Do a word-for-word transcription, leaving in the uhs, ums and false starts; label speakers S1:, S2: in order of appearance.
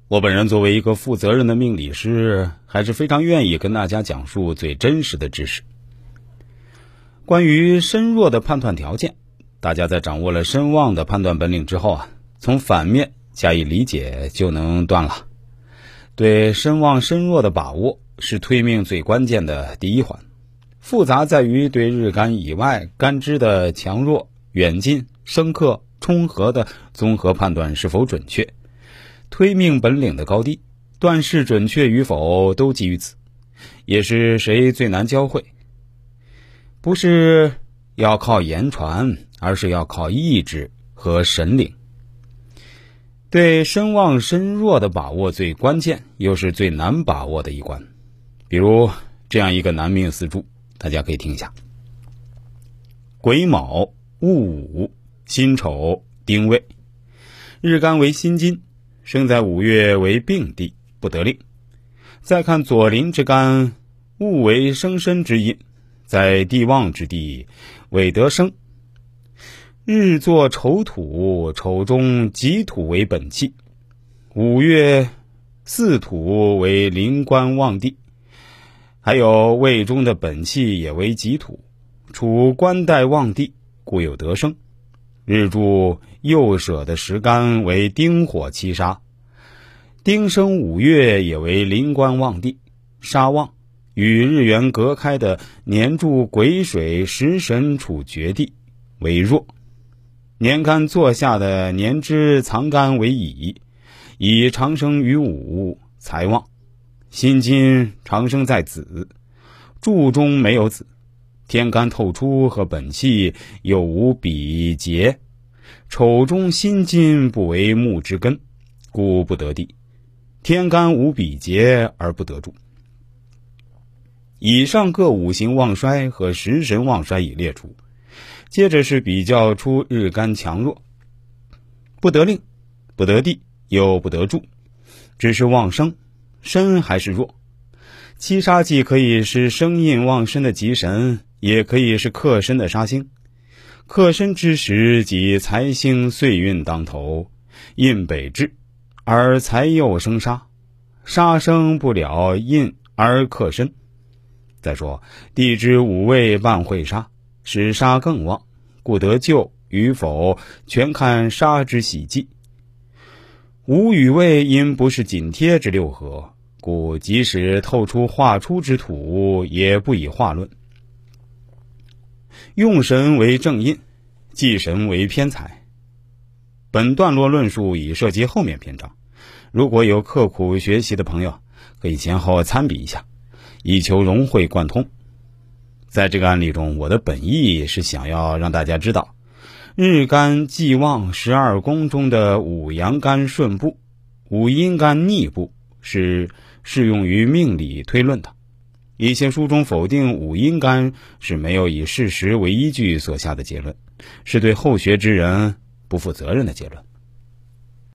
S1: 我本人作为一个负责任的命理师，还是非常愿意跟大家讲述最真实的知识。关于身弱的判断条件，大家在掌握了身旺的判断本领之后啊，从反面加以理解就能断了。对身旺身弱的把握是推命最关键的第一环，复杂在于对日干以外干支的强弱、远近、生克、冲合的综合判断是否准确。推命本领的高低，断事准确与否都基于此，也是谁最难教会。不是要靠言传，而是要靠意志和神灵。对身旺身弱的把握最关键，又是最难把握的一关。比如这样一个男命四柱，大家可以听一下：癸卯、戊午、辛丑、丁未。日干为辛金，生在五月为病地，不得令。再看左邻之干，戊为生身之印，在地旺之地，未得生。日作丑土，丑中己土为本气，五月巳土为临官旺地，还有未中的本气也为己土，处官带旺地，故有得生。日柱右舍的时干为丁火七杀，丁生五月也为临官旺地，杀旺，与日元隔开的年柱癸水食神处绝地为弱。年干坐下的年支藏干为乙，乙长生于午，财旺。辛金长生在子，柱中没有子，天干透出和本气又无比劫，丑中辛金不为木之根，故不得地。天干无比劫而不得柱。以上各五行旺衰和食神旺衰已列出，接着是比较出日干强弱。不得令，不得地，又不得柱，只是旺生，身还是弱。七杀既可以是生印旺身的吉神，也可以是克身的杀星。克身之时即财星岁运当头，印北至，而财又生杀，杀生不了印而克身。再说地支五位半会杀，使杀更旺，故得救与否全看杀之喜忌。午与未因不是紧贴之六合，故即使透出化出之土，也不以化论。用神为正印，忌神为偏财。本段落论述已涉及后面篇章，如果有刻苦学习的朋友，可以前后参比一下，以求融会贯通。在这个案例中，我的本意是想要让大家知道，日干既旺十二宫中的五阳干顺部、五阴干逆部是适用于命理推论的。一些书中否定五阴干是没有以事实为依据所下的结论，是对后学之人不负责任的结论。